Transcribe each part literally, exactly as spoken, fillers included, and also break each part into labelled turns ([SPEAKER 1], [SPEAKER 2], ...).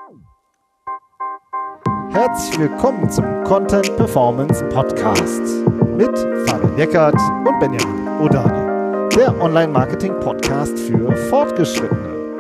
[SPEAKER 1] Herzlich willkommen zum Content Performance Podcast mit Fabian Jeckert und Benjamin Odani, der Online-Marketing-Podcast für Fortgeschrittene.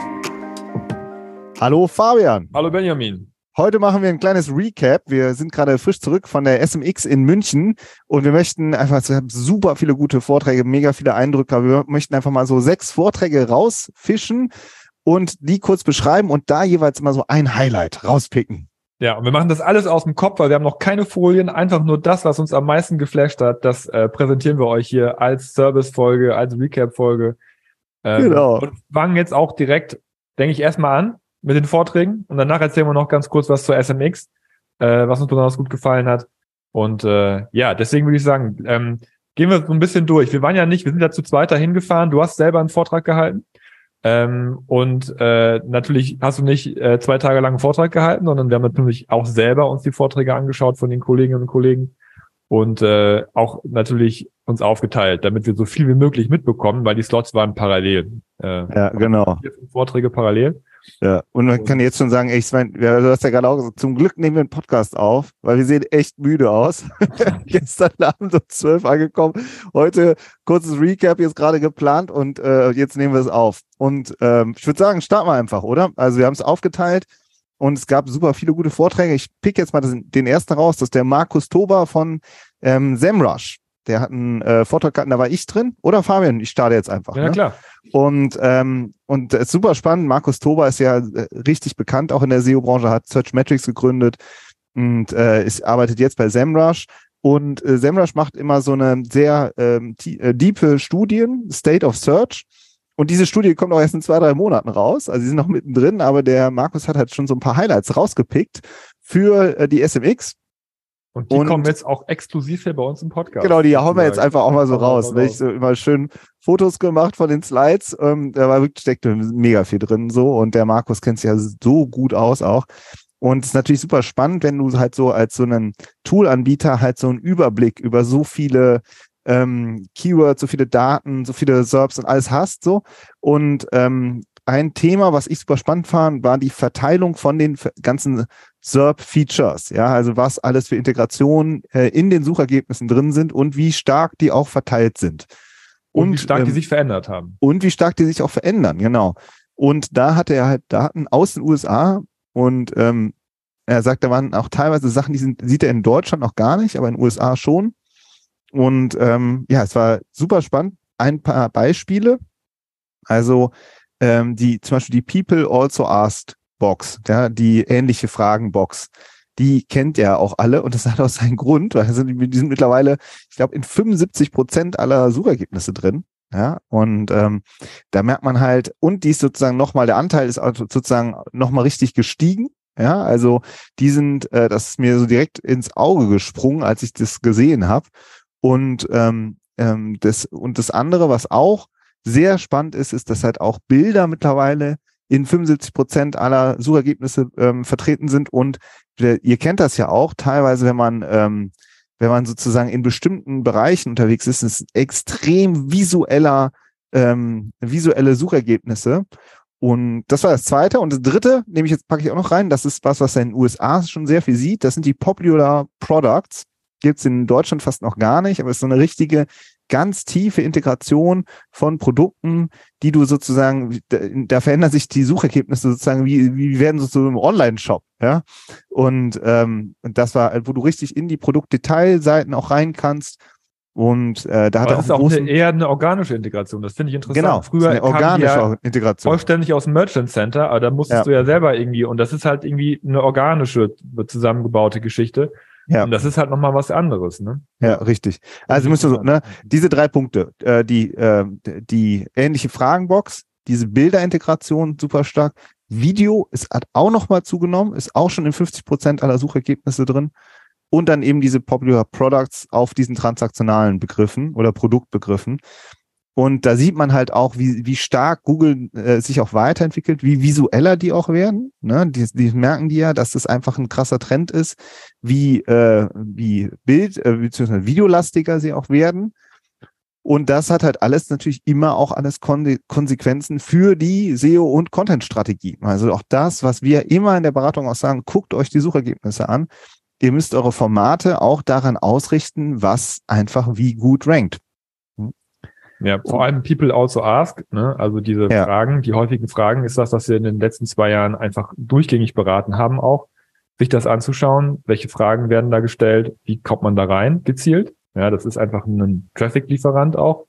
[SPEAKER 1] Hallo Fabian.
[SPEAKER 2] Hallo Benjamin.
[SPEAKER 1] Heute machen wir ein kleines Recap. Wir sind gerade frisch zurück von der S M X in München und wir möchten einfach, wir haben super viele gute Vorträge, mega viele Eindrücke, aber wir möchten einfach mal so sechs Vorträge rausfischen und die kurz beschreiben und da jeweils immer so ein Highlight rauspicken.
[SPEAKER 2] Ja, und wir machen das alles aus dem Kopf, weil wir haben noch keine Folien, einfach nur das, was uns am meisten geflasht hat, das äh, präsentieren wir euch hier als Service-Folge, als Recap-Folge. Ähm,
[SPEAKER 1] genau.
[SPEAKER 2] Und fangen jetzt auch direkt, denke ich, erstmal an mit den Vorträgen und danach erzählen wir noch ganz kurz was zur S M X, äh, was uns besonders gut gefallen hat. Und äh, ja, deswegen würde ich sagen, ähm, gehen wir so ein bisschen durch. Wir waren ja nicht, wir sind ja zu zweit dahin gefahren, du hast selber einen Vortrag gehalten. Ähm, und äh, natürlich hast du nicht äh, zwei Tage lang einen Vortrag gehalten, sondern wir haben natürlich auch selber uns die Vorträge angeschaut von den Kolleginnen und Kollegen und äh, auch natürlich uns aufgeteilt, damit wir so viel wie möglich mitbekommen, weil die Slots waren parallel. Äh,
[SPEAKER 1] ja, genau.
[SPEAKER 2] Vier, fünf Vorträge parallel.
[SPEAKER 1] Ja, und man kann jetzt schon sagen, ich meine, du hast ja gerade auch gesagt, zum Glück nehmen wir einen Podcast auf, weil wir sehen echt müde aus. Gestern Abend um zwölf angekommen, heute kurzes Recap jetzt gerade geplant und äh, jetzt nehmen wir es auf. Und ähm, ich würde sagen, starten wir einfach, oder? Also wir haben es aufgeteilt und es gab super viele gute Vorträge. Ich pick jetzt mal das, den ersten raus, das ist der Markus Tober von ähm, SEMrush. Der hat einen äh, Vortrag gehabt, da war ich drin. Oder Fabian, ich starte jetzt einfach.
[SPEAKER 2] Ja,
[SPEAKER 1] ne?
[SPEAKER 2] klar.
[SPEAKER 1] Und ähm, und es ist super spannend. Markus Tober ist ja äh, richtig bekannt, auch in der S E O-Branche, hat Searchmetrics gegründet und äh, ist, arbeitet jetzt bei SEMrush. Und äh, SEMrush macht immer so eine sehr ähm, tie- äh, diepe Studien, State of Search. Und diese Studie kommt auch erst in zwei, drei Monaten raus. Also sie sind noch mittendrin, aber der Markus hat halt schon so ein paar Highlights rausgepickt für äh, die S M X.
[SPEAKER 2] Und die und, kommen jetzt auch exklusiv hier bei uns im Podcast.
[SPEAKER 1] Genau, die hauen wir jetzt einfach auch mal so raus.
[SPEAKER 2] raus.
[SPEAKER 1] Ich so immer schön Fotos gemacht von den Slides. Ähm, da war wirklich, steckte mega viel drin so. Und der Markus kennt sich ja so gut aus auch. Und es ist natürlich super spannend, wenn du halt so als so einen Tool-Anbieter halt so einen Überblick über so viele ähm, Keywords, so viele Daten, so viele S E R Ps und alles hast so. Und ähm, ein Thema, was ich super spannend fand, war die Verteilung von den ganzen S E R P-Features, ja, also was alles für Integrationen äh, in den Suchergebnissen drin sind und wie stark die auch verteilt sind.
[SPEAKER 2] Und, und wie stark ähm, die sich verändert haben.
[SPEAKER 1] Und wie stark die sich auch verändern, genau. Und da hatte er halt Daten aus den U S A und ähm, er sagt, da waren auch teilweise Sachen, die sind, sieht er in Deutschland noch gar nicht, aber in den U S A schon. Und ähm, ja, es war super spannend. Ein paar Beispiele. Also ähm, die zum Beispiel die People Also Asked Box, ja, die ähnliche Fragen-Box, die kennt er auch alle und das hat auch seinen Grund, weil die sind, die sind mittlerweile, ich glaube, in fünfundsiebzig Prozent aller Suchergebnisse drin. Ja, und ähm, da merkt man halt, und die ist sozusagen nochmal, der Anteil ist also sozusagen nochmal richtig gestiegen. Ja, also die sind, äh, das ist mir so direkt ins Auge gesprungen, als ich das gesehen habe. Und ähm, ähm, das und das andere, was auch sehr spannend ist, ist, dass halt auch Bilder mittlerweile in fünfundsiebzig Prozent aller Suchergebnisse ähm, vertreten sind. Und der, ihr kennt das ja auch, teilweise, wenn man ähm, wenn man sozusagen in bestimmten Bereichen unterwegs ist, ist es extrem visueller ähm, visuelle Suchergebnisse. Und das war das Zweite. Und das Dritte, nehme ich jetzt, packe ich auch noch rein, das ist was, was in den U S A schon sehr viel sieht. Das sind die Popular Products. Gibt es in Deutschland fast noch gar nicht, aber es ist so eine richtige, ganz tiefe Integration von Produkten, die du sozusagen, da, da verändern sich die Suchergebnisse sozusagen, wie, wie werden so im Online-Shop, ja. Und ähm, das war, wo du richtig in die Produktdetailseiten auch rein kannst. Und äh, da hat
[SPEAKER 2] aber
[SPEAKER 1] er
[SPEAKER 2] das
[SPEAKER 1] auch,
[SPEAKER 2] ist auch
[SPEAKER 1] großen,
[SPEAKER 2] eine, eher eine organische Integration. Das finde ich interessant.
[SPEAKER 1] Genau,
[SPEAKER 2] Früher
[SPEAKER 1] eine organische
[SPEAKER 2] kam die ja
[SPEAKER 1] Integration.
[SPEAKER 2] Vollständig aus dem Merchant Center, aber da musstest
[SPEAKER 1] Ja.
[SPEAKER 2] du ja selber irgendwie, und das ist halt irgendwie eine organische, zusammengebaute Geschichte.
[SPEAKER 1] Ja.
[SPEAKER 2] Und das ist halt nochmal was anderes, ne?
[SPEAKER 1] Ja, richtig. Also müsst ihr so, ne, diese drei Punkte, äh, die, äh, die ähnliche Fragenbox, diese Bilderintegration super stark, Video ist, hat auch nochmal zugenommen, ist auch schon in fünfzig Prozent aller Suchergebnisse drin. Und dann eben diese Popular Products auf diesen transaktionalen Begriffen oder Produktbegriffen. Und da sieht man halt auch, wie, wie stark Google äh, sich auch weiterentwickelt, wie visueller die auch werden. Ne? Die, die merken die ja, dass das einfach ein krasser Trend ist, wie, äh, wie Bild- äh, bzw. videolastiger sie auch werden. Und das hat halt alles natürlich immer auch alles Kon- Konsequenzen für die S E O- und Content-Strategie. Also auch das, was wir immer in der Beratung auch sagen, guckt euch die Suchergebnisse an. Ihr müsst eure Formate auch daran ausrichten, was einfach wie gut rankt.
[SPEAKER 2] Ja, vor allem People also ask, ne? Also diese
[SPEAKER 1] Ja.
[SPEAKER 2] Fragen, die häufigen Fragen, ist das, was wir in den letzten zwei Jahren einfach durchgängig beraten haben, auch sich das anzuschauen, welche Fragen werden da gestellt, wie kommt man da rein, gezielt. Ja, das ist einfach ein Traffic-Lieferant auch.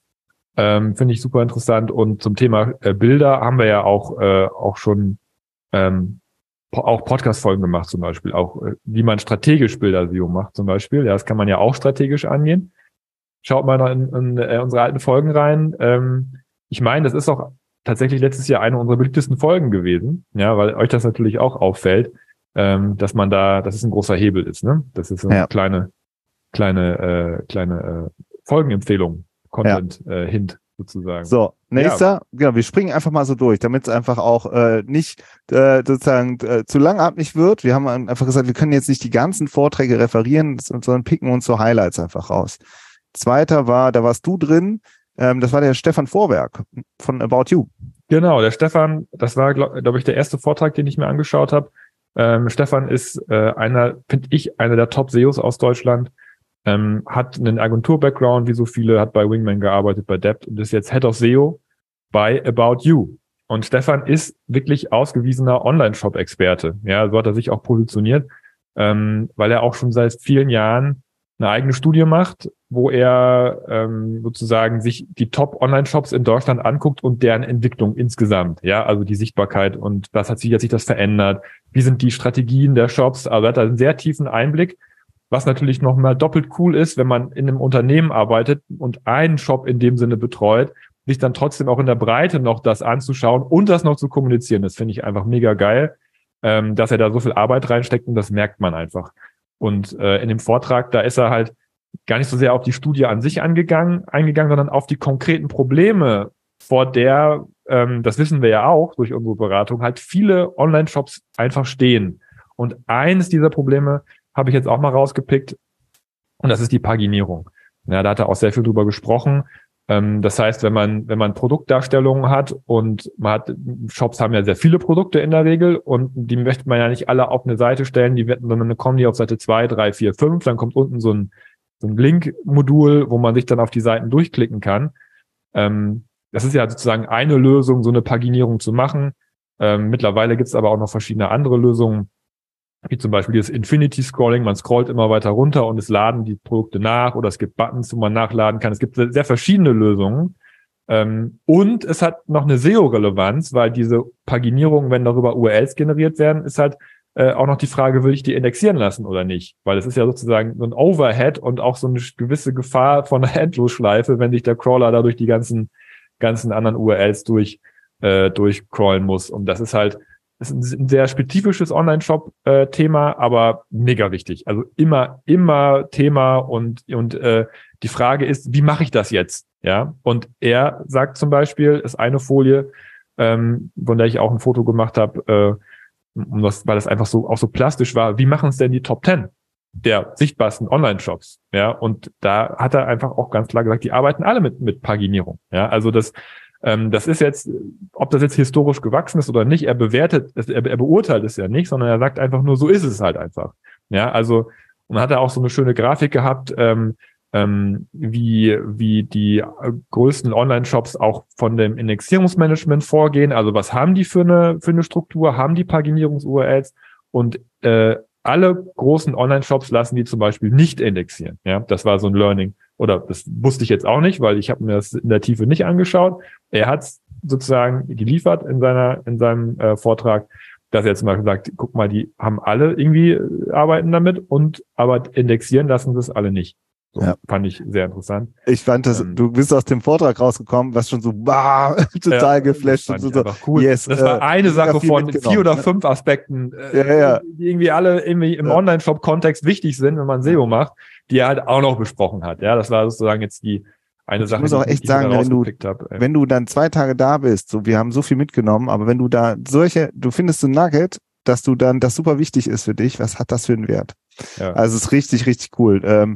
[SPEAKER 2] Ähm, finde ich super interessant. Und zum Thema äh, Bilder haben wir ja auch äh, auch schon ähm, po- auch Podcast-Folgen gemacht, zum Beispiel, auch äh, wie man strategisch Bilder-S E O macht, zum Beispiel. Ja, das kann man ja auch strategisch angehen. Schaut mal noch in, in äh, unsere alten Folgen rein. Ähm, ich meine, das ist auch tatsächlich letztes Jahr eine unserer beliebtesten Folgen gewesen, ja, weil euch das natürlich auch auffällt, ähm, dass man da, dass es ein großer Hebel ist, ne? Das ist so eine
[SPEAKER 1] Ja.
[SPEAKER 2] kleine, kleine, äh, kleine äh, Folgenempfehlung, Content, ja. äh, Hint sozusagen.
[SPEAKER 1] So, nächster, ja. Genau, wir springen einfach mal so durch, damit es einfach auch äh, nicht äh, sozusagen äh, zu langatmig wird. Wir haben einfach gesagt, wir können jetzt nicht die ganzen Vorträge referieren, sondern picken uns so Highlights einfach raus. Zweiter war, da warst du drin, ähm, das war der Stefan Vorwerk von About You.
[SPEAKER 2] Genau, der Stefan, das war, glaube glaub ich, der erste Vortrag, den ich mir angeschaut habe. Ähm, Stefan ist äh, einer, finde ich, einer der Top-S E Os aus Deutschland, ähm, hat einen Agentur-Background, wie so viele, hat bei Wingman gearbeitet, bei Dept und ist jetzt Head of S E O bei About You. Und Stefan ist wirklich ausgewiesener Online-Shop-Experte. Ja, so hat er sich auch positioniert, ähm, weil er auch schon seit vielen Jahren eine eigene Studie macht, wo er ähm, sozusagen sich die Top-Online-Shops in Deutschland anguckt und deren Entwicklung insgesamt. Ja, also die Sichtbarkeit und was hat sich, hat sich das verändert? Wie sind die Strategien der Shops? Also er hat da einen sehr tiefen Einblick, was natürlich nochmal doppelt cool ist, wenn man in einem Unternehmen arbeitet und einen Shop in dem Sinne betreut, sich dann trotzdem auch in der Breite noch das anzuschauen und das noch zu kommunizieren. Das finde ich einfach mega geil, ähm, dass er da so viel Arbeit reinsteckt und das merkt man einfach. Und äh, in dem Vortrag, da ist er halt gar nicht so sehr auf die Studie an sich angegangen, eingegangen, sondern auf die konkreten Probleme, vor der, ähm, das wissen wir ja auch durch unsere Beratung, halt viele Online-Shops einfach stehen. Und eines dieser Probleme habe ich jetzt auch mal rausgepickt und das ist die Paginierung. Ja, da hat er auch sehr viel drüber gesprochen. Ähm, das heißt, wenn man wenn man Produktdarstellungen hat und man hat, Shops haben ja sehr viele Produkte in der Regel und die möchte man ja nicht alle auf eine Seite stellen, die werden, sondern dann kommen die auf Seite zwei, drei, vier, fünf, dann kommt unten so ein so ein Link-Modul, wo man sich dann auf die Seiten durchklicken kann. Ähm, das ist ja sozusagen eine Lösung, so eine Paginierung zu machen. Ähm, mittlerweile gibt es aber auch noch verschiedene andere Lösungen, wie zum Beispiel das Infinity Scrolling. Man scrollt immer weiter runter und es laden die Produkte nach oder es gibt Buttons, wo man nachladen kann. Es gibt sehr verschiedene Lösungen. Ähm, und es hat noch eine S E O-Relevanz, weil diese Paginierung, wenn darüber U R Ls generiert werden, ist halt äh, auch noch die Frage, will ich die indexieren lassen oder nicht? Weil es ist ja sozusagen so ein Overhead und auch so eine gewisse Gefahr von einer Endlosschleife, wenn sich der Crawler da durch die ganzen ganzen anderen U R Ls durch äh, durchcrawlen muss. Und das ist halt das ist ein sehr spezifisches Online-Shop-Thema, aber mega wichtig. Also immer, immer Thema und und äh, die Frage ist, wie mache ich das jetzt? Ja. Und er sagt zum Beispiel, ist eine Folie, ähm, von der ich auch ein Foto gemacht habe, äh, um das, weil das einfach so auch so plastisch war. Wie machen es denn die Top Ten der sichtbarsten Online-Shops? Ja. Und da hat er einfach auch ganz klar gesagt, die arbeiten alle mit mit Paginierung. Ja. Also das Ähm, das ist jetzt, ob das jetzt historisch gewachsen ist oder nicht, er bewertet, er, er beurteilt es ja nicht, sondern er sagt einfach nur, so ist es halt einfach. Ja, also, und dann hat er auch so eine schöne Grafik gehabt, ähm, ähm, wie, wie die größten Online-Shops auch von dem Indexierungsmanagement vorgehen. Also, was haben die für eine, für eine Struktur? Haben die Paginierungs-U R Ls? Und, äh, alle großen Online-Shops lassen die zum Beispiel nicht indexieren. Ja, das war so ein Learning. Oder das wusste ich jetzt auch nicht, weil ich habe mir das in der Tiefe nicht angeschaut. Er hat es sozusagen geliefert in seiner in seinem äh, Vortrag, dass er zum Beispiel sagt, guck mal, die haben alle irgendwie äh, arbeiten damit und aber indexieren lassen das alle nicht. So, ja. Fand ich sehr interessant.
[SPEAKER 1] Ich fand das, ähm, du bist aus dem Vortrag rausgekommen, was schon so wow, total ja, geflasht und so.
[SPEAKER 2] so cool. Yes, das war eine äh, Sache von vier oder fünf Aspekten, äh, ja, ja. die irgendwie alle irgendwie im ja. Online-Shop-Kontext wichtig sind, wenn man S E O macht, die er halt auch noch besprochen hat. Ja, das war sozusagen jetzt die eine
[SPEAKER 1] ich
[SPEAKER 2] Sache,
[SPEAKER 1] muss auch
[SPEAKER 2] die
[SPEAKER 1] echt
[SPEAKER 2] ich
[SPEAKER 1] sagen, wenn du,
[SPEAKER 2] hab,
[SPEAKER 1] wenn du dann zwei Tage da bist, so, wir haben so viel mitgenommen, aber wenn du da solche, du findest so ein Nugget, dass du dann, das super wichtig ist für dich, was hat das für einen Wert? Ja. Also es ist richtig, richtig cool. Ähm, ja.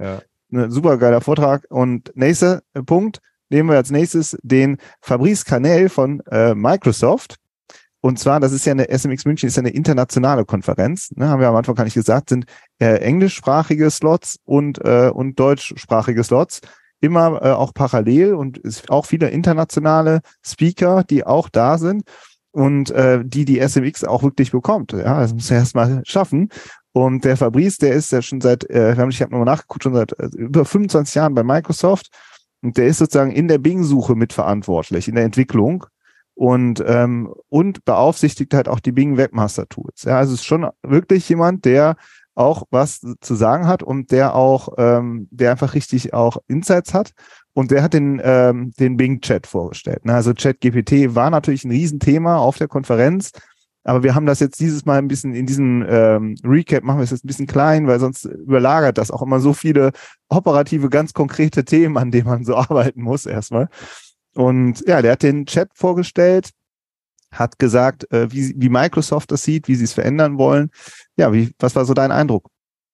[SPEAKER 1] ein super geiler Vortrag. Und nächster Punkt, nehmen wir als nächstes den Fabrice Canel von äh, Microsoft. Und zwar, das ist ja eine S M X München, ist ja eine internationale Konferenz, ne, haben wir am Anfang gar nicht gesagt, sind äh, englischsprachige Slots und, äh, und deutschsprachige Slots, immer äh, auch parallel und es auch viele internationale Speaker, die auch da sind und äh, die die S M X auch wirklich bekommt. Ja, das muss er erstmal schaffen. Und der Fabrice, der ist ja schon seit, äh, ich habe nochmal nachgeguckt, schon seit äh, über fünfundzwanzig Jahren bei Microsoft und der ist sozusagen in der Bing-Suche mitverantwortlich, in der Entwicklung. Und, ähm, und beaufsichtigt halt auch die Bing Webmaster Tools. Ja, also es ist schon wirklich jemand, der auch was zu sagen hat und der auch, ähm, der einfach richtig auch Insights hat. Und der hat den, ähm, den Bing Chat vorgestellt. Ne? Also ChatGPT war natürlich ein Riesenthema auf der Konferenz. Aber wir haben das jetzt dieses Mal ein bisschen in diesem ähm, Recap, machen wir es jetzt ein bisschen klein, weil sonst überlagert das auch immer so viele operative, ganz konkrete Themen, an denen man so arbeiten muss erstmal. Und ja, der hat den Chat vorgestellt, hat gesagt, äh, wie, wie Microsoft das sieht, wie sie es verändern wollen. Ja, wie, was war so dein Eindruck?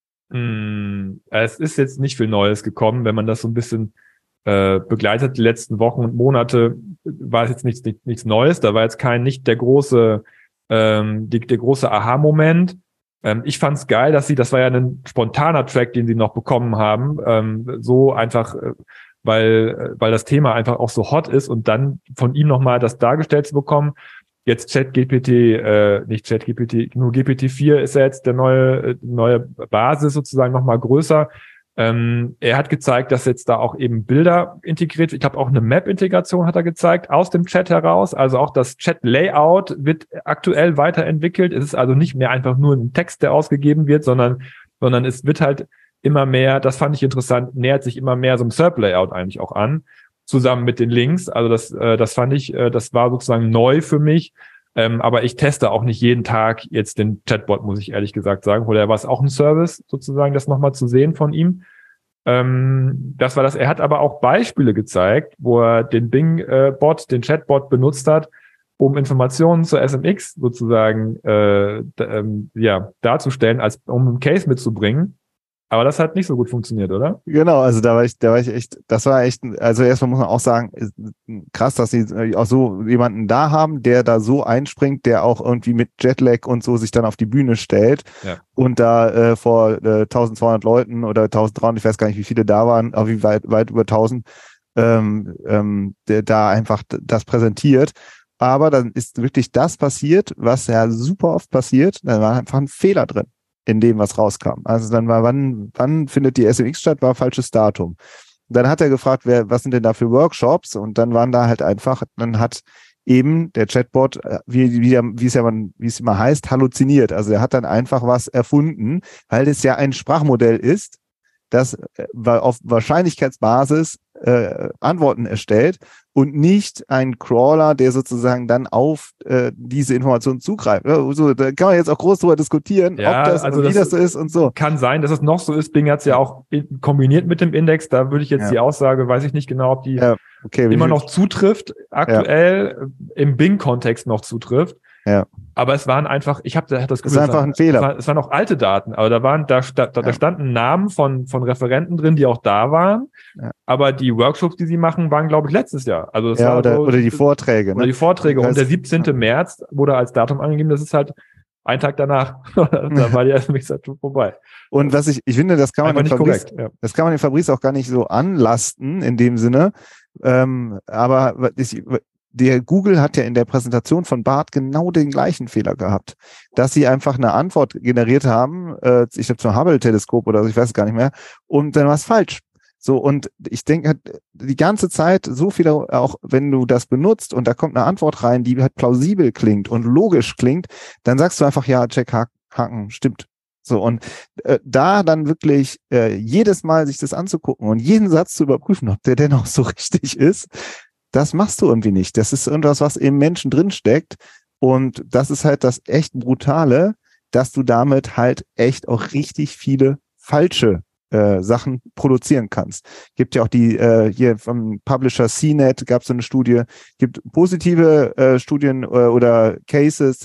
[SPEAKER 2] Mm, es ist jetzt nicht viel Neues gekommen, wenn man das so ein bisschen äh, begleitet. Die letzten Wochen und Monate war es jetzt nichts, nichts, nichts Neues. Da war jetzt kein, nicht der große, ähm, die, der große Aha-Moment. Ähm, ich fand's geil, dass sie, das war ja ein spontaner Track, den sie noch bekommen haben, ähm, so einfach, äh, weil, weil das Thema einfach auch so hot ist und dann von ihm nochmal das dargestellt zu bekommen. Jetzt ChatGPT, äh, nicht ChatGPT, nur G P T vier ist ja jetzt der neue, neue Basis sozusagen nochmal größer. Ähm, er hat gezeigt, dass jetzt da auch eben Bilder integriert, ich glaube auch eine Map-Integration hat er gezeigt, aus dem Chat heraus. Also auch das Chat-Layout wird aktuell weiterentwickelt. Es ist also nicht mehr einfach nur ein Text, der ausgegeben wird, sondern, sondern es wird halt immer mehr, das fand ich interessant, nähert sich immer mehr so einem S E R P-Layout eigentlich auch an, zusammen mit den Links. Also das, äh, das fand ich, äh, das war sozusagen neu für mich. Ähm, aber ich teste auch nicht jeden Tag jetzt den Chatbot, muss ich ehrlich gesagt sagen. Oder war es auch ein Service, sozusagen, das nochmal zu sehen von ihm. Ähm, das war das. Er hat aber auch Beispiele gezeigt, wo er den Bing-Bot, den Chatbot benutzt hat, um Informationen zur S M X sozusagen äh, d- ähm, ja darzustellen, als um einen Case mitzubringen. Aber das hat nicht so gut funktioniert, oder?
[SPEAKER 1] Genau, also da war ich, da war ich echt, das war echt, also erstmal muss man auch sagen, krass, dass sie auch so jemanden da haben, der da so einspringt, der auch irgendwie mit Jetlag und so sich dann auf die Bühne stellt
[SPEAKER 2] Ja.
[SPEAKER 1] und da äh, vor äh, zwölfhundert Leuten oder eintausenddreihundert, ich weiß gar nicht, wie viele da waren, aber wie weit, weit über tausend, ähm, ähm, der da einfach das präsentiert. Aber dann ist wirklich das passiert, was ja super oft passiert, da war einfach ein Fehler drin in dem, was rauskam. Also dann war, wann, wann findet die S M X statt, war falsches Datum. Dann hat er gefragt, wer, was sind denn da für Workshops? Und dann waren da halt einfach, dann hat eben der Chatbot, wie, wie, wie es ja man, wie es immer heißt, halluziniert. Also er hat dann einfach was erfunden, weil es ja ein Sprachmodell ist, das auf Wahrscheinlichkeitsbasis äh, Antworten erstellt und nicht ein Crawler, der sozusagen dann auf äh, diese Informationen zugreift. So, da kann man jetzt auch groß drüber diskutieren,
[SPEAKER 2] Ja,
[SPEAKER 1] ob das,
[SPEAKER 2] also
[SPEAKER 1] wie
[SPEAKER 2] das
[SPEAKER 1] das so ist und so.
[SPEAKER 2] Kann sein, dass es noch so ist. Bing hat es ja auch in, kombiniert mit dem Index. Da würde ich jetzt
[SPEAKER 1] Ja.
[SPEAKER 2] die Aussage, weiß ich nicht genau, ob die
[SPEAKER 1] Ja, okay,
[SPEAKER 2] immer
[SPEAKER 1] wie-
[SPEAKER 2] noch zutrifft, aktuell äh, im Bing-Kontext noch zutrifft.
[SPEAKER 1] Ja.
[SPEAKER 2] Aber es waren einfach, ich habe das
[SPEAKER 1] Das
[SPEAKER 2] Gefühl,
[SPEAKER 1] ist einfach
[SPEAKER 2] waren,
[SPEAKER 1] ein Fehler.
[SPEAKER 2] Es, war, es waren auch alte Daten, aber da waren, da, da, da
[SPEAKER 1] Ja.
[SPEAKER 2] standen Namen von, von Referenten drin, die auch da waren.
[SPEAKER 1] Ja.
[SPEAKER 2] Aber die Workshops, die sie machen, waren, glaube ich, letztes Jahr. Also das
[SPEAKER 1] Ja,
[SPEAKER 2] war
[SPEAKER 1] oder,
[SPEAKER 2] so,
[SPEAKER 1] oder die Vorträge.
[SPEAKER 2] oder
[SPEAKER 1] Ne?
[SPEAKER 2] die Vorträge.
[SPEAKER 1] Das
[SPEAKER 2] Und der
[SPEAKER 1] heißt,
[SPEAKER 2] siebzehnte März wurde als Datum angegeben. Das ist halt ein Tag danach. Da war die S M X halt schon vorbei.
[SPEAKER 1] Und was ich, ich finde, das kann man
[SPEAKER 2] Einfach
[SPEAKER 1] dem
[SPEAKER 2] nicht
[SPEAKER 1] Fabrice,
[SPEAKER 2] korrekt. Ja.
[SPEAKER 1] das kann man dem Fabrice auch gar nicht so anlasten in dem Sinne. Ähm, aber ich, der Google hat ja in der Präsentation von Bart genau den gleichen Fehler gehabt, dass sie einfach eine Antwort generiert haben, äh, ich glaube zum Hubble-Teleskop oder so, ich weiß es gar nicht mehr, und dann war es falsch. So, und ich denke die ganze Zeit so viele, auch wenn du das benutzt und da kommt eine Antwort rein, die halt plausibel klingt und logisch klingt, dann sagst du einfach, ja, check, haken, stimmt. So, und äh, da dann wirklich äh, jedes Mal sich das anzugucken und jeden Satz zu überprüfen, ob der denn auch so richtig ist, das machst du irgendwie nicht. Das ist irgendwas, was im Menschen drinsteckt. Und das ist halt das echt Brutale, dass du damit halt echt auch richtig viele falsche äh, Sachen produzieren kannst. Gibt ja auch die, äh, hier vom Publisher C net gab es so eine Studie, gibt positive äh, Studien äh, oder Cases,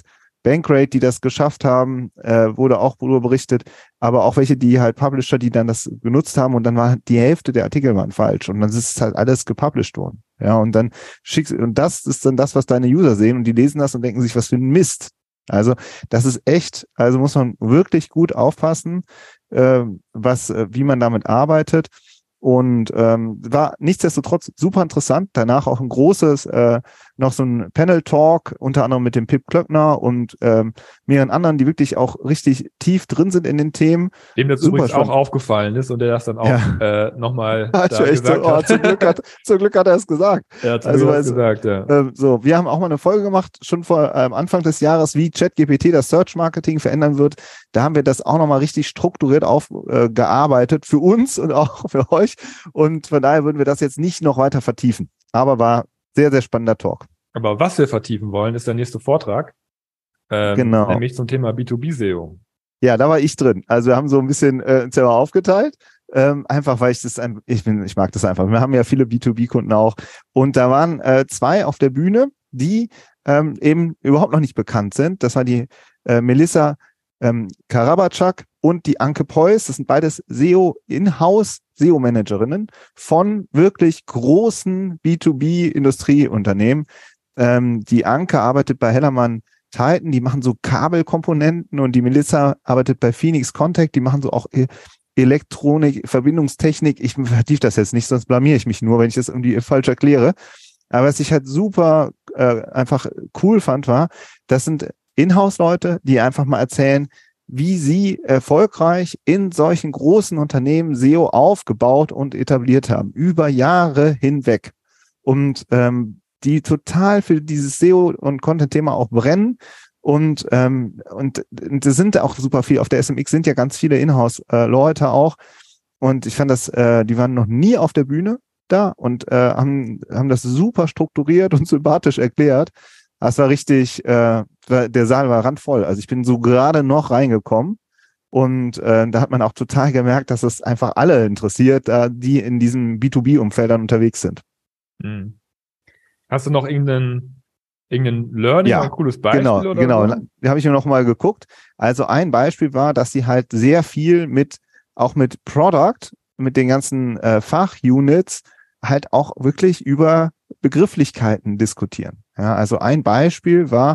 [SPEAKER 1] Bankrate, die das geschafft haben, äh, wurde auch darüber berichtet, aber auch welche, die halt Publisher, die dann das genutzt haben und dann war die Hälfte der Artikel waren falsch und dann ist halt alles gepublished worden. Ja, und dann schickst und das ist dann das, was deine User sehen und die lesen das und denken sich, was für ein Mist. Also das ist echt, also muss man wirklich gut aufpassen, äh, was, äh, wie man damit arbeitet. Und ähm, war nichtsdestotrotz super interessant. Danach auch ein großes, äh, noch so ein Panel-Talk, unter anderem mit dem Pip Klöckner und ähm, mehreren anderen, die wirklich auch richtig tief drin sind in den Themen.
[SPEAKER 2] Dem das
[SPEAKER 1] Super
[SPEAKER 2] übrigens
[SPEAKER 1] spannend.
[SPEAKER 2] auch aufgefallen ist und der das dann auch
[SPEAKER 1] Ja.
[SPEAKER 2] äh, nochmal
[SPEAKER 1] da
[SPEAKER 2] da
[SPEAKER 1] echt
[SPEAKER 2] gesagt
[SPEAKER 1] so, oh,
[SPEAKER 2] hat.
[SPEAKER 1] zum, Glück hat. Zum Glück hat er es gesagt.
[SPEAKER 2] Er hat
[SPEAKER 1] Also,
[SPEAKER 2] es
[SPEAKER 1] also,
[SPEAKER 2] gesagt, ja.
[SPEAKER 1] äh, so, wir haben auch mal eine Folge gemacht, schon vor ähm, Anfang des Jahres, wie ChatGPT das Search-Marketing verändern wird. Da haben wir das auch nochmal richtig strukturiert aufgearbeitet, äh, für uns und auch für euch. Und von daher würden wir das jetzt nicht noch weiter vertiefen. Aber war sehr, sehr spannender Talk.
[SPEAKER 2] Aber was wir vertiefen wollen, ist der nächste Vortrag. Ähm,
[SPEAKER 1] Genau.
[SPEAKER 2] Nämlich zum Thema B zwei B S E O.
[SPEAKER 1] Ja, da war ich drin. Also wir haben so ein bisschen äh, uns ja mal aufgeteilt. Ähm, einfach, weil ich das, ein, ich bin, ich mag das einfach. Wir haben ja viele B zwei B-Kunden auch. Und da waren äh, zwei auf der Bühne, die ähm, eben überhaupt noch nicht bekannt sind. Das war die äh, Melissa ähm, Karabacak und die Anke Preuß. Das sind beides S E O Inhouse S E O-Managerinnen von wirklich großen B zwei B-Industrieunternehmen. Ähm, die Anke arbeitet bei Hellermann Titan, die machen so Kabelkomponenten und die Melissa arbeitet bei Phoenix Contact, die machen so auch Elektronik, Verbindungstechnik. Ich vertiefe das jetzt nicht, sonst blamiere ich mich nur, wenn ich das irgendwie falsch erkläre. Aber was ich halt super äh, einfach cool fand, war, das sind Inhouse-Leute, die einfach mal erzählen, wie sie erfolgreich in solchen großen Unternehmen S E O aufgebaut und etabliert haben, über Jahre hinweg. Und ähm, die total für dieses S E O und Content-Thema auch brennen. Und, ähm, und, und das sind auch super viel. Auf der S M X sind ja ganz viele Inhouse-Leute auch. Und ich fand das, äh, die waren noch nie auf der Bühne da und äh, haben, haben das super strukturiert und sympathisch erklärt. Das war richtig, äh, der Saal war randvoll. Also ich bin so gerade noch reingekommen. Und äh, da hat man auch total gemerkt, dass es einfach alle interessiert, äh, die in diesem B zwei B-Umfeld dann unterwegs sind.
[SPEAKER 2] Hm. Hast du noch irgendeinen, irgendeinen Learning
[SPEAKER 1] Ja,
[SPEAKER 2] oder ein cooles Beispiel
[SPEAKER 1] genau,
[SPEAKER 2] oder
[SPEAKER 1] genau.
[SPEAKER 2] so?
[SPEAKER 1] Da habe ich mir noch mal geguckt. Also ein Beispiel war, dass sie halt sehr viel mit, auch mit Product, mit den ganzen äh, Fachunits halt auch wirklich über Begrifflichkeiten diskutieren. Ja, also ein Beispiel war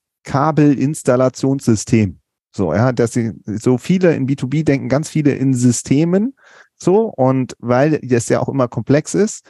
[SPEAKER 1] Kabelinstallationssystem. So, ja, dass sie so viele in B zwei B denken, ganz viele in Systemen. So, und weil das ja auch immer komplex ist,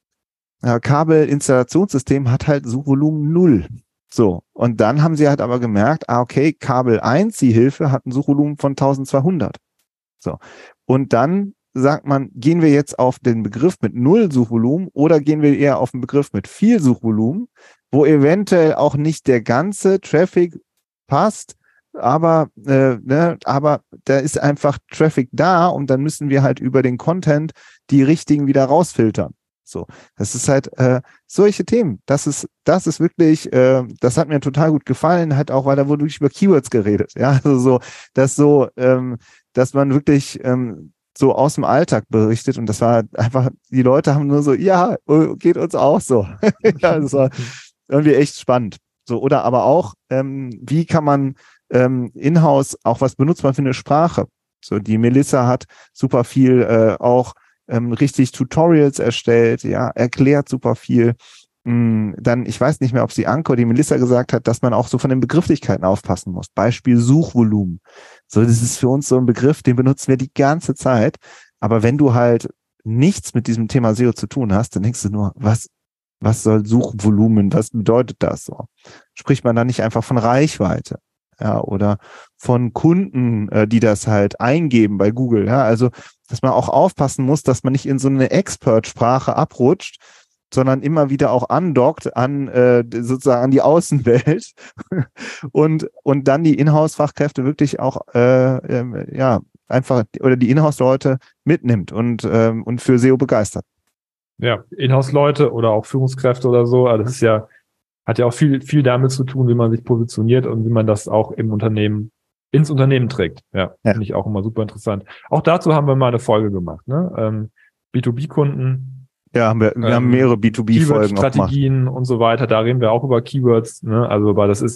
[SPEAKER 1] ja, Kabelinstallationssystem hat halt Suchvolumen null. So, und dann haben sie halt aber gemerkt, ah, okay, Kabel eins, die Hilfe, hat ein Suchvolumen von eintausendzweihundert. So, und dann sagt man, gehen wir jetzt auf den Begriff mit null Suchvolumen oder gehen wir eher auf den Begriff mit viel Suchvolumen, wo eventuell auch nicht der ganze Traffic passt, aber, äh, ne, aber da ist einfach Traffic da und dann müssen wir halt über den Content die richtigen wieder rausfiltern. So, das ist halt äh, solche Themen. Das ist, das ist wirklich, äh, das hat mir total gut gefallen, halt auch, weil da wurde wirklich über Keywords geredet. Ja, also so, dass so, ähm, dass man wirklich ähm, so aus dem Alltag berichtet und das war einfach, die Leute haben nur so, ja, geht uns auch so. Ja, das war irgendwie echt spannend. So, oder aber auch, ähm, wie kann man ähm, in-house auch was benutzt man für eine Sprache? So, die Melissa hat super viel äh, auch ähm, richtig Tutorials erstellt, ja, erklärt super viel. Mm, dann, ich weiß nicht mehr, ob sie Anke oder die Melissa gesagt hat, dass man auch so von den Begrifflichkeiten aufpassen muss. Beispiel Suchvolumen. So, das ist für uns so ein Begriff, den benutzen wir die ganze Zeit. Aber wenn du halt nichts mit diesem Thema S E O zu tun hast, dann denkst du nur, was, was soll Suchvolumen? Was bedeutet das so? Spricht man da nicht einfach von Reichweite? Ja, oder von Kunden, äh, die das halt eingeben bei Google. Ja, also, dass man auch aufpassen muss, dass man nicht in so eine Expert-Sprache abrutscht, sondern immer wieder auch andockt an äh, sozusagen an die Außenwelt und und dann die Inhouse-Fachkräfte wirklich auch äh, äh, ja einfach oder die Inhouse-Leute mitnimmt und ähm, und für S E O begeistert.
[SPEAKER 2] Ja, Inhouse-Leute oder auch Führungskräfte oder so, also das ist ja hat ja auch viel viel damit zu tun, wie man sich positioniert und wie man das auch im Unternehmen ins Unternehmen trägt. Ja, ja. Finde ich auch immer super interessant. Auch dazu haben wir mal eine Folge gemacht, ne? Ähm, B zwei B-Kunden.
[SPEAKER 1] Ja, haben wir, wir
[SPEAKER 2] ähm,
[SPEAKER 1] haben mehrere B zwei B-Folgen
[SPEAKER 2] Strategien und so weiter. Da reden wir auch über Keywords, ne? Also, aber das ist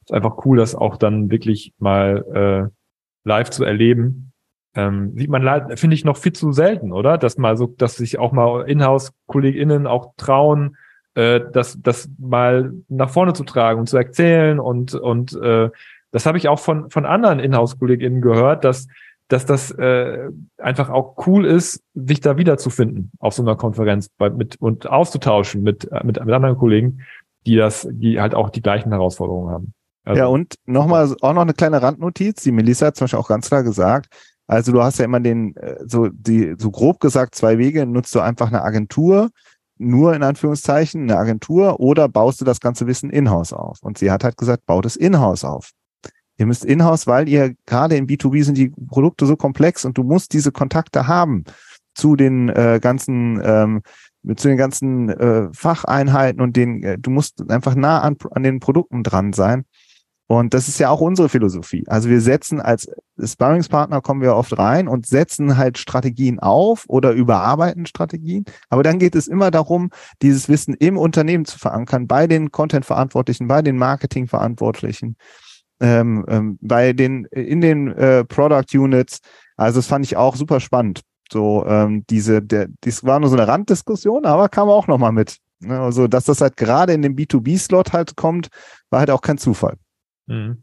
[SPEAKER 2] ist einfach cool, das auch dann wirklich mal äh, live zu erleben. Ähm, sieht man, finde ich, noch viel zu selten, oder? Dass mal so, dass sich auch mal Inhouse-KollegInnen auch trauen, äh, das, das mal nach vorne zu tragen und zu erzählen. Und, und äh, das habe ich auch von, von anderen Inhouse-KollegInnen gehört, dass, dass das äh, einfach auch cool ist, sich da wiederzufinden auf so einer Konferenz bei, mit, und auszutauschen mit, mit, mit anderen Kollegen, die das, die halt auch die gleichen Herausforderungen haben. Also,
[SPEAKER 1] ja, und nochmal, auch noch eine kleine Randnotiz. Die Melissa hat zum Beispiel auch ganz klar gesagt, also du hast ja immer den, so die, so grob gesagt, zwei Wege, nutzt du einfach eine Agentur, nur in Anführungszeichen, eine Agentur, oder baust du das ganze Wissen in-house auf? Und sie hat halt gesagt, baut es in-house auf. Ihr müsst in-house, weil ihr gerade im B zwei B sind die Produkte so komplex und du musst diese Kontakte haben zu den äh, ganzen, ähm, zu den ganzen äh, Facheinheiten und den, äh, du musst einfach nah an, an den Produkten dran sein. Und das ist ja auch unsere Philosophie. Also wir setzen als Sparringspartner, kommen wir oft rein und setzen halt Strategien auf oder überarbeiten Strategien. Aber dann geht es immer darum, dieses Wissen im Unternehmen zu verankern, bei den Content-Verantwortlichen, bei den Marketing-Verantwortlichen, ähm, ähm, bei den, in den äh, Product Units. Also das fand ich auch super spannend. So, ähm, diese, der, das war nur so eine Randdiskussion, aber kam auch nochmal mit. Also, dass das halt gerade in dem B zwei B-Slot halt kommt, war halt auch kein Zufall.
[SPEAKER 2] Mhm.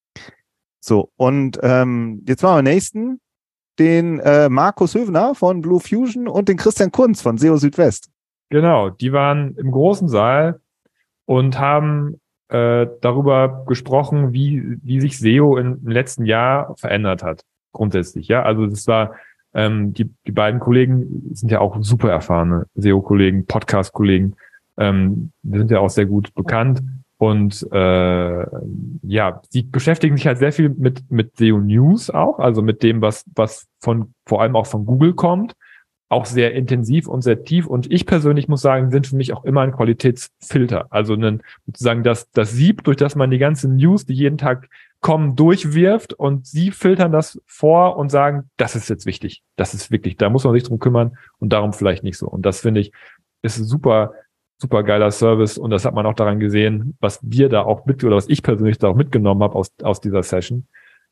[SPEAKER 1] So, und ähm, jetzt machen wir nächsten, den äh, Markus Höfner von Blue Fusion und den Christian Kunz von S E O Südwest.
[SPEAKER 2] Genau, die waren im großen Saal und haben äh, darüber gesprochen, wie wie sich S E O im letzten Jahr verändert hat, grundsätzlich. Ja, also das war, ähm, die die beiden Kollegen sind ja auch super erfahrene S E O-Kollegen, Podcast-Kollegen, ähm, die sind ja auch sehr gut bekannt. Und äh, ja, sie beschäftigen sich halt sehr viel mit mit S E O News auch, also mit dem, was was von vor allem auch von Google kommt, auch sehr intensiv und sehr tief. Und ich persönlich muss sagen, sind für mich auch immer ein Qualitätsfilter, also ein, sozusagen das das Sieb, durch das man die ganzen News, die jeden Tag kommen, durchwirft, und sie filtern das vor und sagen, das ist jetzt wichtig, das ist wirklich, da muss man sich drum kümmern und darum vielleicht nicht so. Und das finde ich ist super super geiler Service, und das hat man auch daran gesehen, was wir da auch mit, oder was ich persönlich da auch mitgenommen habe aus aus dieser Session.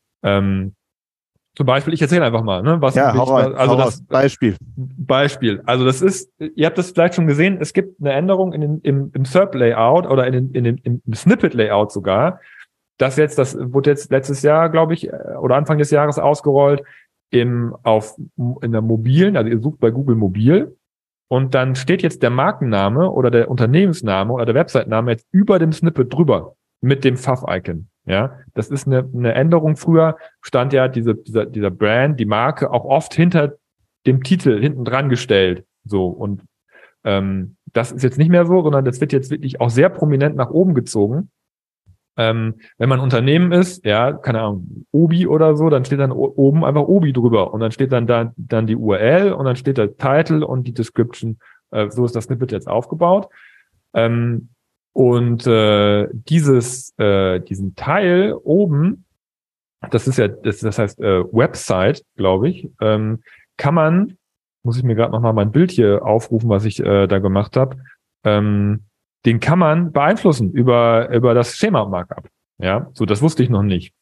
[SPEAKER 2] Ähm, zum Beispiel, ich erzähle einfach mal, ne, was,
[SPEAKER 1] Ja, hau
[SPEAKER 2] ich,
[SPEAKER 1] rein,
[SPEAKER 2] also
[SPEAKER 1] hau
[SPEAKER 2] das
[SPEAKER 1] raus. Beispiel.
[SPEAKER 2] Beispiel. Also das ist, ihr habt das vielleicht schon gesehen, es gibt eine Änderung in den, im, im S E R P-Layout oder in den, in den, im Snippet-Layout sogar. Das jetzt, das wurde jetzt letztes Jahr, glaube ich, oder Anfang des Jahres ausgerollt im auf in der mobilen, also ihr sucht bei Google Mobil. Und dann steht jetzt der Markenname oder der Unternehmensname oder der Website-Name jetzt über dem Snippet drüber mit dem Fav-Icon. Ja, das ist eine, eine Änderung. Früher stand ja diese, dieser, dieser Brand, die Marke auch oft hinter dem Titel hinten dran gestellt. So, und ähm, das ist jetzt nicht mehr so, sondern das wird jetzt wirklich auch sehr prominent nach oben gezogen. Ähm, wenn man ein Unternehmen ist, ja, keine Ahnung, Obi oder so, dann steht dann o- oben einfach Obi drüber, und dann steht dann da dann die U R L und dann steht der Title und die Description. Äh, so ist das Snippet jetzt aufgebaut. Ähm, und äh, dieses äh, diesen Teil oben, das ist ja, das, das heißt äh, Website, glaube ich, ähm, kann man, muss ich mir gerade nochmal mein Bild hier aufrufen, was ich äh, da gemacht habe, ähm, den kann man beeinflussen über über das Schema-Markup. Ja, so, das wusste ich noch nicht.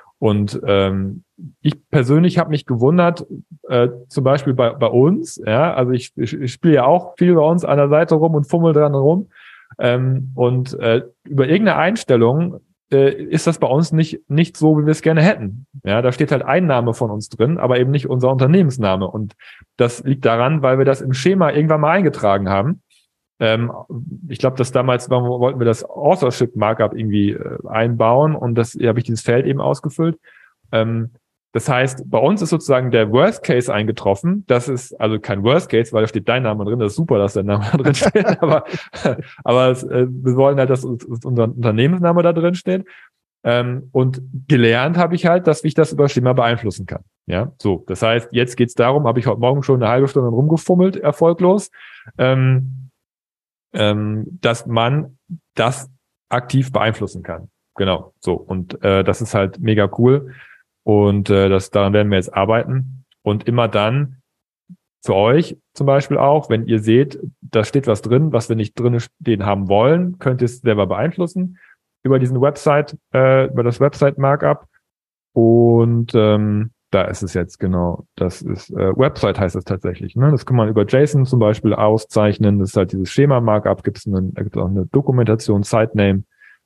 [SPEAKER 2] Und ähm, ich persönlich habe mich gewundert, äh, zum Beispiel bei bei uns, ja, also ich, ich, ich spiele ja auch viel bei uns an der Seite rum und fummel dran rum. Ähm, und äh, über irgendeine Einstellung äh, ist das bei uns nicht nicht so, wie wir es gerne hätten. Ja, da steht halt ein Name von uns drin, aber eben nicht unser Unternehmensname. Und das liegt daran, weil wir das im Schema irgendwann mal eingetragen haben. Ähm, ich glaube, dass damals war, wollten wir das Authorship Markup irgendwie äh, einbauen, und das ja, habe ich dieses Feld eben ausgefüllt. Ähm, das heißt, bei uns ist sozusagen der Worst Case eingetroffen. Das ist also kein Worst Case, weil da steht dein Name drin. Das ist super, dass dein Name da drin steht. aber aber es, äh, wir wollen halt, dass unser Unternehmensname da drin steht. Ähm, und gelernt habe ich halt, dass ich das über Schema beeinflussen kann. Ja, so. Das heißt, jetzt geht's darum, habe ich heute Morgen schon eine halbe Stunde rumgefummelt, erfolglos. Ähm, ähm, dass man das aktiv beeinflussen kann. Genau, so. Und äh, das ist halt mega cool. Und äh, das, daran werden wir jetzt arbeiten. Und immer dann für euch zum Beispiel auch, wenn ihr seht, da steht was drin, was wir nicht drin stehen haben wollen, könnt ihr es selber beeinflussen. über diesen Website, äh, über das Website-Markup. Und ähm, da ist es jetzt genau, das ist äh, Website heißt es tatsächlich. Ne? Das kann man über JSON zum Beispiel auszeichnen. Das ist halt dieses Schema-Markup. Gibt es auch eine Dokumentation, Sitename.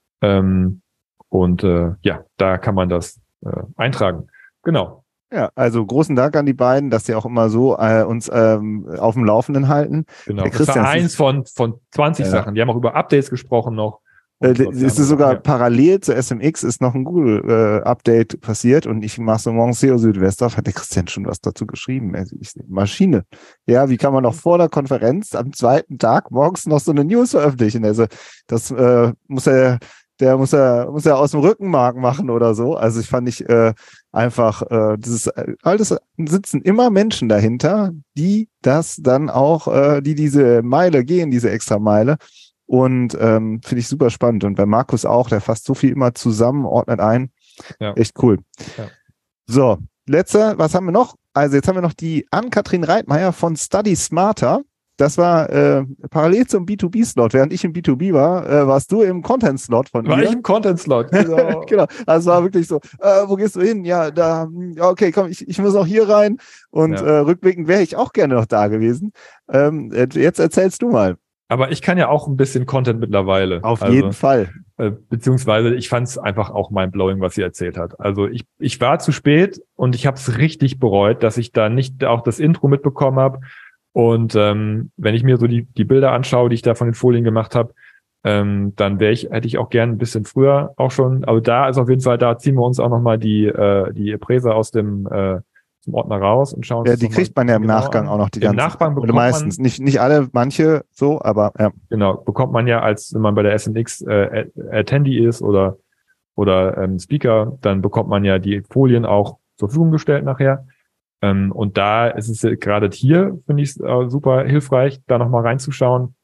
[SPEAKER 2] Ähm, und äh, ja, da kann man das äh, eintragen. Genau.
[SPEAKER 1] Ja, also großen Dank an die beiden, dass sie auch immer so äh, uns ähm, auf dem Laufenden halten.
[SPEAKER 2] Genau. Das war eins von von zwanzig ja. Sachen. Die haben auch über Updates gesprochen noch.
[SPEAKER 1] Äh, ist es sogar ja. parallel zu S M X ist noch ein Google-Update äh, passiert und ich mache so morgens S E O Südwestdorf, hat der Christian schon was dazu geschrieben. Also ich, Maschine. Ja, wie kann man noch vor der Konferenz am zweiten Tag morgens noch so eine News veröffentlichen? Also das äh, muss er, der muss er, muss er aus dem Rückenmark machen oder so. Also ich fand ich äh, einfach, äh, dieses alles sitzen immer Menschen dahinter, die das dann auch, äh, die diese Meile gehen, diese extra Meile. Und ähm, finde ich super spannend. Und bei Markus auch, der fasst so viel immer zusammen, ordnet ein. Ja. Echt cool. Ja. So, letzter, was haben wir noch? Also jetzt haben wir noch die Ann-Kathrin Reitmeier von Study Smarter. Das war äh, parallel zum B zwei B-Slot. Während ich im B zwei B war, äh, warst du im Content-Slot von
[SPEAKER 2] war
[SPEAKER 1] mir.
[SPEAKER 2] War ich im Content-Slot, genau.
[SPEAKER 1] Genau. Also es war wirklich so, äh, wo gehst du hin? Ja, da, okay, komm, ich, ich muss auch hier rein. Und ja. äh, rückblickend wäre ich auch gerne noch da gewesen. Ähm, jetzt erzählst du mal.
[SPEAKER 2] Aber ich kann ja auch ein bisschen Content mittlerweile.
[SPEAKER 1] Auf also, jeden Fall.
[SPEAKER 2] Äh, beziehungsweise ich fand es einfach auch mindblowing, was sie erzählt hat. Also ich ich war zu spät und ich habe es richtig bereut, dass ich da nicht auch das Intro mitbekommen habe. Und ähm, wenn ich mir so die die Bilder anschaue, die ich da von den Folien gemacht habe, ähm, dann wäre ich hätte ich auch gern ein bisschen früher auch schon. Aber da ist auf jeden Fall, da ziehen wir uns auch nochmal die äh, die Präse aus dem äh, zum Ordner raus und schauen uns
[SPEAKER 1] ja, die kriegt man ja im genau Nachgang an. Auch noch die ganzen.
[SPEAKER 2] Im Nachgang bekommt
[SPEAKER 1] oder meistens
[SPEAKER 2] man,
[SPEAKER 1] nicht nicht alle, manche so, aber ja.
[SPEAKER 2] Genau, bekommt man ja, als wenn man bei der S M X äh, Attendee ist oder oder ähm, Speaker, dann bekommt man ja die Folien auch zur Verfügung gestellt nachher. Ähm, und da ist es gerade hier, finde ich äh, super hilfreich, da nochmal reinzuschauen,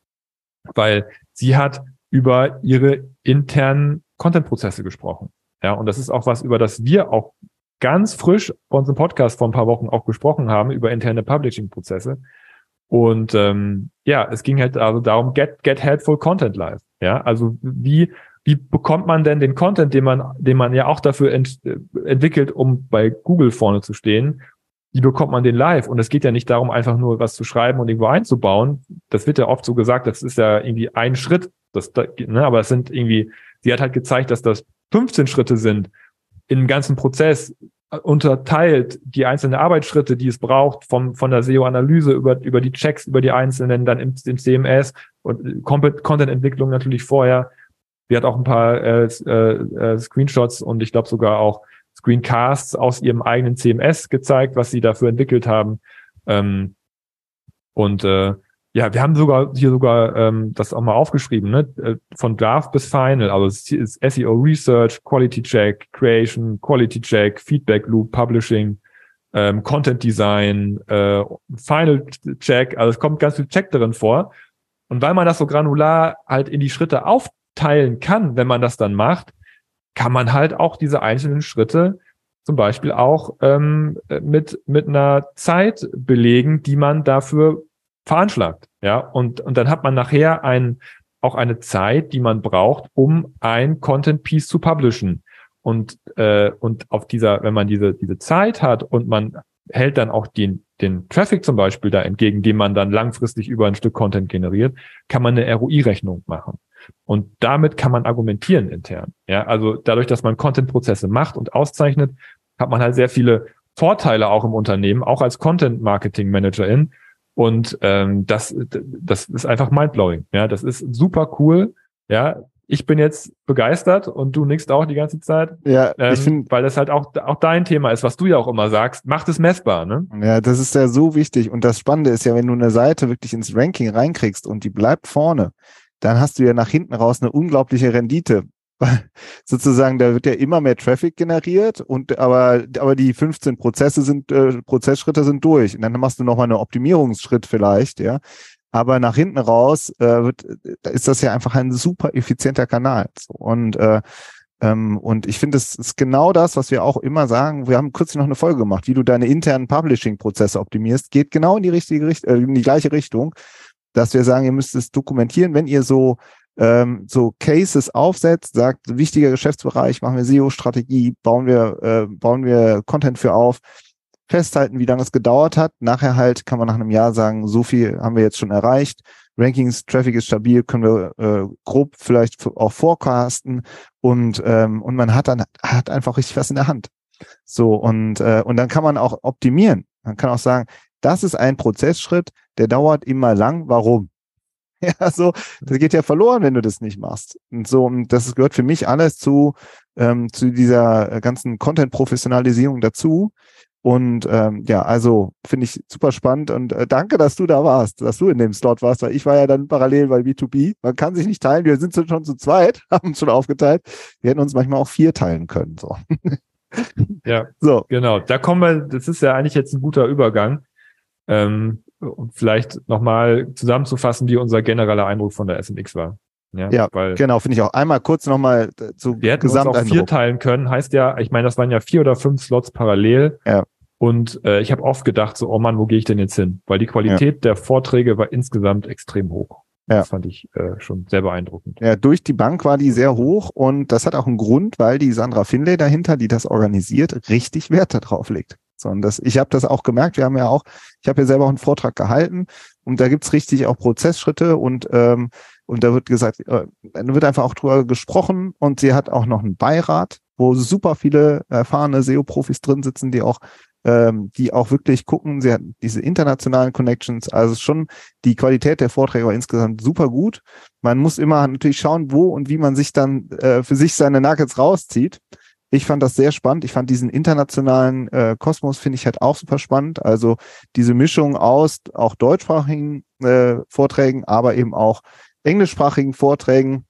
[SPEAKER 2] weil sie hat über ihre internen Content-Prozesse gesprochen. Ja, und das ist auch was, über das wir auch ganz frisch bei unserem Podcast vor ein paar Wochen auch gesprochen haben, über interne Publishing-Prozesse. Und ähm, ja, es ging halt also darum, get get helpful content live. Ja, also wie wie bekommt man denn den Content, den man den man ja auch dafür ent, äh, entwickelt, um bei Google vorne zu stehen? Wie bekommt man den live? Und es geht ja nicht darum, einfach nur was zu schreiben und irgendwo einzubauen. Das wird ja oft so gesagt, das ist ja irgendwie ein Schritt. Das, ne, aber es sind irgendwie, sie hat halt gezeigt, dass das fünfzehn Schritte sind, im ganzen Prozess unterteilt, die einzelnen Arbeitsschritte, die es braucht, vom von der S E O-Analyse über über die Checks, über die einzelnen, dann im, im C M S und Content-Entwicklung natürlich vorher. Sie hat auch ein paar äh, äh, Screenshots und ich glaube sogar auch Screencasts aus ihrem eigenen C M S gezeigt, was sie dafür entwickelt haben. Ähm, und äh, ja, wir haben sogar hier sogar ähm, das auch mal aufgeschrieben, ne? Von Draft bis Final, also es ist S E O Research, Quality Check, Creation, Quality Check, Feedback Loop, Publishing, ähm, Content Design, äh, Final Check, also es kommt ganz viel Check darin vor. Und weil man das so granular halt in die Schritte aufteilen kann, wenn man das dann macht, kann man halt auch diese einzelnen Schritte zum Beispiel auch ähm, mit mit einer Zeit belegen, die man dafür veranschlagt, ja, und und dann hat man nachher ein auch eine Zeit, die man braucht, um ein Content Piece zu publishen. Und äh, und auf dieser, wenn man diese diese Zeit hat und man hält dann auch den den Traffic zum Beispiel da entgegen, den man dann langfristig über ein Stück Content generiert, kann man eine R O I-Rechnung machen. Und damit kann man argumentieren intern. Ja, also dadurch, dass man Content-Prozesse macht und auszeichnet, hat man halt sehr viele Vorteile auch im Unternehmen, auch als Content-Marketing-Managerin. Und ähm, das, das ist einfach mindblowing. Ja, das ist super cool. Ja, ich bin jetzt begeistert und du nickst auch die ganze Zeit.
[SPEAKER 1] Ja,
[SPEAKER 2] ähm,
[SPEAKER 1] ich finde,
[SPEAKER 2] weil das halt auch auch dein Thema ist, was du ja auch immer sagst. Macht es messbar, ne?
[SPEAKER 1] Ja, das ist ja so wichtig. Und das Spannende ist ja, wenn du eine Seite wirklich ins Ranking reinkriegst und die bleibt vorne, dann hast du ja nach hinten raus eine unglaubliche Rendite. Sozusagen, da wird ja immer mehr Traffic generiert und aber aber die fünfzehn Prozesse sind äh, Prozessschritte sind durch und dann machst du noch mal einen Optimierungsschritt vielleicht, ja. Aber nach hinten raus äh, wird, ist das ja einfach ein super effizienter Kanal. So. Und äh, ähm, und ich finde, es ist genau das, was wir auch immer sagen. Wir haben kürzlich noch eine Folge gemacht, wie du deine internen Publishing-Prozesse optimierst, geht genau in die richtige Richtung, äh, in die gleiche Richtung. dass wir sagen, ihr müsst es dokumentieren, wenn ihr so ähm, so Cases aufsetzt, sagt, wichtiger Geschäftsbereich, machen wir S E O-Strategie, bauen wir äh, bauen wir Content für auf, festhalten, wie lange es gedauert hat. Nachher halt kann man nach einem Jahr sagen, so viel haben wir jetzt schon erreicht. Rankings, Traffic ist stabil, können wir äh, grob vielleicht auch forecasten und ähm, und man hat dann hat einfach richtig was in der Hand. So und äh, und dann kann man auch optimieren. Man kann auch sagen, das ist ein Prozessschritt, der dauert immer lang. Warum? Ja, so, das geht ja verloren, wenn du das nicht machst. Und so, und das gehört für mich alles zu ähm, zu dieser ganzen Content-Professionalisierung dazu. Und ähm, ja, also finde ich super spannend und äh, danke, dass du da warst, dass du in dem Slot warst, weil ich war ja dann parallel bei B zwei B. Man kann sich nicht teilen, wir sind schon zu zweit, haben uns schon aufgeteilt. Wir hätten uns manchmal auch vier teilen können. So.
[SPEAKER 2] Ja, so. Genau. Da kommen wir, das ist ja eigentlich jetzt ein guter Übergang. Ähm, um vielleicht nochmal zusammenzufassen, wie unser genereller Eindruck von der S M X war. Ja,
[SPEAKER 1] ja
[SPEAKER 2] weil
[SPEAKER 1] genau, finde ich auch. Einmal kurz nochmal zu
[SPEAKER 2] wir hätten uns auch vier teilen können, heißt ja, ich meine, das waren ja vier oder fünf Slots parallel.
[SPEAKER 1] Ja.
[SPEAKER 2] Und äh, ich habe oft gedacht, so, oh Mann, wo gehe ich denn jetzt hin? Weil die Qualität ja. der Vorträge war insgesamt extrem hoch.
[SPEAKER 1] Ja.
[SPEAKER 2] Das fand ich äh, schon sehr beeindruckend.
[SPEAKER 1] Ja, durch die Bank war die sehr hoch und das hat auch einen Grund, weil die Sandra Finlay dahinter, die das organisiert, richtig Wert darauf legt. So, und das, ich habe das auch gemerkt, wir haben ja auch, ich habe ja selber auch einen Vortrag gehalten und da gibt's richtig auch Prozessschritte und ähm, und da wird gesagt, äh, da wird einfach auch drüber gesprochen und sie hat auch noch einen Beirat, wo super viele erfahrene S E O-Profis drin sitzen, die auch ähm, die auch wirklich gucken, sie hat diese internationalen Connections, also schon die Qualität der Vorträge war insgesamt super gut. Man muss immer natürlich schauen, wo und wie man sich dann äh, für sich seine Nuggets rauszieht. Ich fand das sehr spannend. Ich fand diesen internationalen äh, Kosmos finde ich halt auch super spannend. Also diese Mischung aus auch deutschsprachigen äh, Vorträgen, aber eben auch englischsprachigen Vorträgen.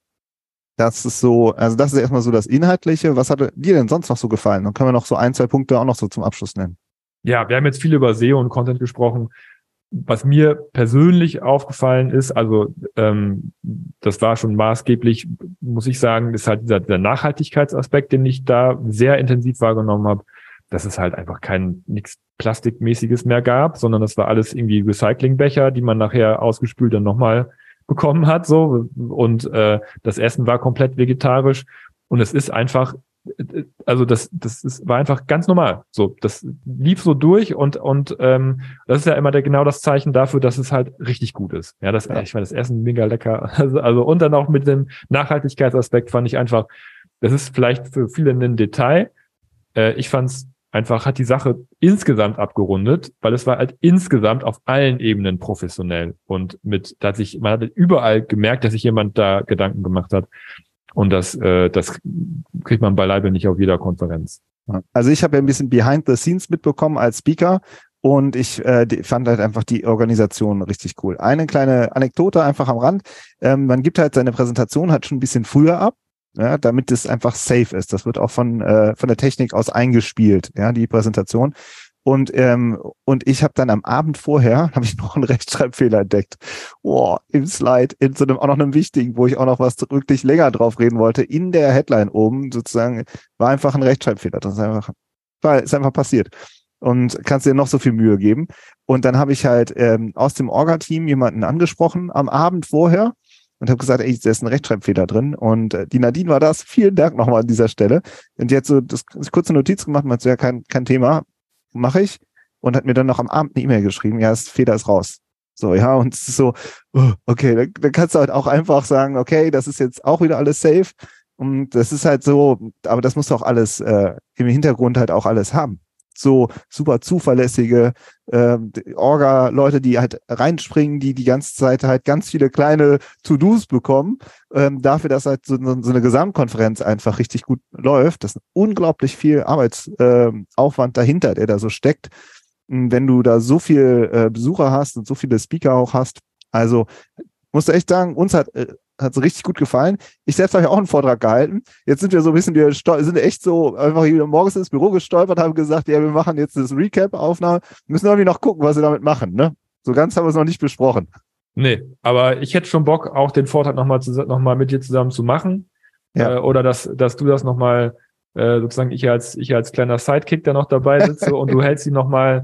[SPEAKER 1] Das ist so, also das ist erstmal so das Inhaltliche. Was hat dir denn sonst noch so gefallen? Dann können wir noch so ein, zwei Punkte auch noch so zum Abschluss nennen.
[SPEAKER 2] Ja, wir haben jetzt viel über S E O und Content gesprochen. Was mir persönlich aufgefallen ist, also ähm, das war schon maßgeblich, muss ich sagen, ist halt dieser, der Nachhaltigkeitsaspekt, den ich da sehr intensiv wahrgenommen habe, dass es halt einfach kein nichts Plastikmäßiges mehr gab, sondern das war alles irgendwie Recyclingbecher, die man nachher ausgespült dann nochmal bekommen hat, so, und äh, das Essen war komplett vegetarisch und es ist einfach, also das das ist, war einfach ganz normal, so, das lief so durch und und ähm, das ist ja immer der, genau das Zeichen dafür, dass es halt richtig gut ist. Ja, das, ja. Ich fand das Essen mega lecker, also, also und dann auch mit dem Nachhaltigkeitsaspekt fand ich einfach, das ist vielleicht für viele ein Detail, äh, ich fand's einfach, hat die Sache insgesamt abgerundet, weil es war halt insgesamt auf allen Ebenen professionell und mit, da hat sich, man hat überall gemerkt, dass sich jemand da Gedanken gemacht hat und das, äh, das kriegt man beileibe nicht auf jeder Konferenz.
[SPEAKER 1] Also ich habe ja ein bisschen Behind the Scenes mitbekommen als Speaker und ich äh, fand halt einfach die Organisation richtig cool. Eine kleine Anekdote einfach am Rand, ähm, man gibt halt seine Präsentation halt schon ein bisschen früher ab, ja, damit es einfach safe ist. Das wird auch von äh, von der Technik aus eingespielt, ja, die Präsentation. Und ähm, und ich habe dann am Abend vorher habe ich noch einen Rechtschreibfehler entdeckt. Boah, im Slide, in so einem auch noch einem wichtigen, wo ich auch noch was wirklich länger drauf reden wollte, in der Headline oben sozusagen war einfach ein Rechtschreibfehler. Das ist einfach, war, ist einfach passiert. Und kannst dir noch so viel Mühe geben. Und dann habe ich halt ähm, aus dem Orga-Team jemanden angesprochen am Abend vorher. Und habe gesagt, ey, da ist ein Rechtschreibfehler drin. Und äh, die Nadine war das. Vielen Dank nochmal an dieser Stelle. Und die hat so das, das kurze Notiz gemacht, meinte so, ja, kein, kein Thema, mache ich. Und hat mir dann noch am Abend eine E-Mail geschrieben, ja, das Fehler ist raus. So, ja, und es ist so, oh, okay, dann, dann kannst du halt auch einfach sagen, okay, das ist jetzt auch wieder alles safe. Und das ist halt so, aber das musst du auch alles äh, im Hintergrund halt auch alles haben. So super zuverlässige äh, Orga-Leute, die halt reinspringen, die die ganze Zeit halt ganz viele kleine To-Dos bekommen, ähm, dafür, dass halt so, so eine Gesamtkonferenz einfach richtig gut läuft. Das ist unglaublich viel Arbeitsaufwand äh, dahinter, der da so steckt. Und wenn du da so viel äh, Besucher hast und so viele Speaker auch hast, also musst du echt sagen, uns hat äh, hat so richtig gut gefallen. Ich selbst habe ja auch einen Vortrag gehalten. Jetzt sind wir so ein bisschen, wir sind echt so einfach hier morgens ins Büro gestolpert, haben gesagt, ja, wir machen jetzt das Recap-Aufnahme. Müssen irgendwie noch gucken, was wir damit machen, ne? So ganz haben wir es noch nicht besprochen.
[SPEAKER 2] Nee, aber ich hätte schon Bock, auch den Vortrag nochmal noch mal mit dir zusammen zu machen. Ja. Äh, oder dass, dass du das nochmal, äh, sozusagen ich als, ich als kleiner Sidekick da noch dabei sitze und du hältst ihn nochmal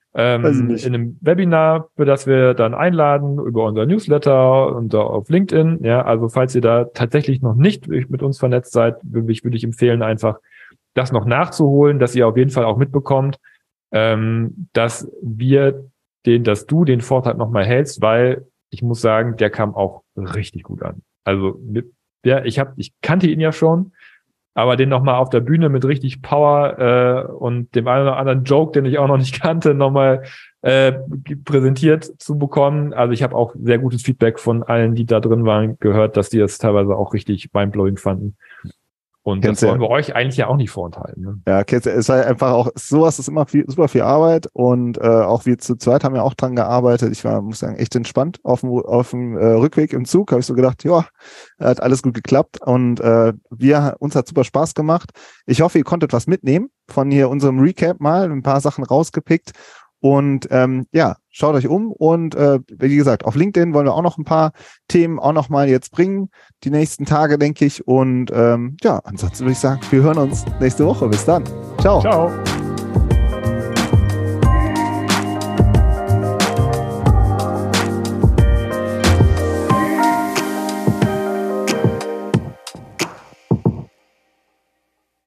[SPEAKER 2] ähm, in einem Webinar, für das wir dann einladen, über unser Newsletter und auf LinkedIn. Ja, also falls ihr da tatsächlich noch nicht mit uns vernetzt seid, würde ich, würde ich empfehlen, einfach das noch nachzuholen, dass ihr auf jeden Fall auch mitbekommt, ähm, dass wir den, dass du den Vortrag nochmal hältst, weil ich muss sagen, der kam auch richtig gut an. Also mit, ja, ich habe, ich kannte ihn ja schon, aber den nochmal auf der Bühne mit richtig Power äh, und dem einen oder anderen Joke, den ich auch noch nicht kannte, nochmal äh, präsentiert zu bekommen. Also ich habe auch sehr gutes Feedback von allen, die da drin waren, gehört, dass die das teilweise auch richtig mindblowing fanden. Und
[SPEAKER 1] Kennst
[SPEAKER 2] das wollen
[SPEAKER 1] ja.
[SPEAKER 2] wir euch eigentlich ja auch nicht vorenthalten. Ne?
[SPEAKER 1] Ja, es ist halt einfach auch, sowas ist immer viel, super viel Arbeit und äh, auch wir zu zweit haben ja auch dran gearbeitet. Ich war, muss sagen, echt entspannt auf dem, auf dem äh, Rückweg im Zug, habe ich so gedacht, ja, hat alles gut geklappt und äh, wir, uns hat super Spaß gemacht. Ich hoffe, ihr konntet was mitnehmen von hier unserem Recap mal, ein paar Sachen rausgepickt. Und ähm, ja, schaut euch um und äh, wie gesagt, auf LinkedIn wollen wir auch noch ein paar Themen auch noch mal jetzt bringen, die nächsten Tage, denke ich. Und ähm, ja, ansonsten würde ich sagen, wir hören uns nächste Woche. Bis dann. Ciao.
[SPEAKER 2] Ciao.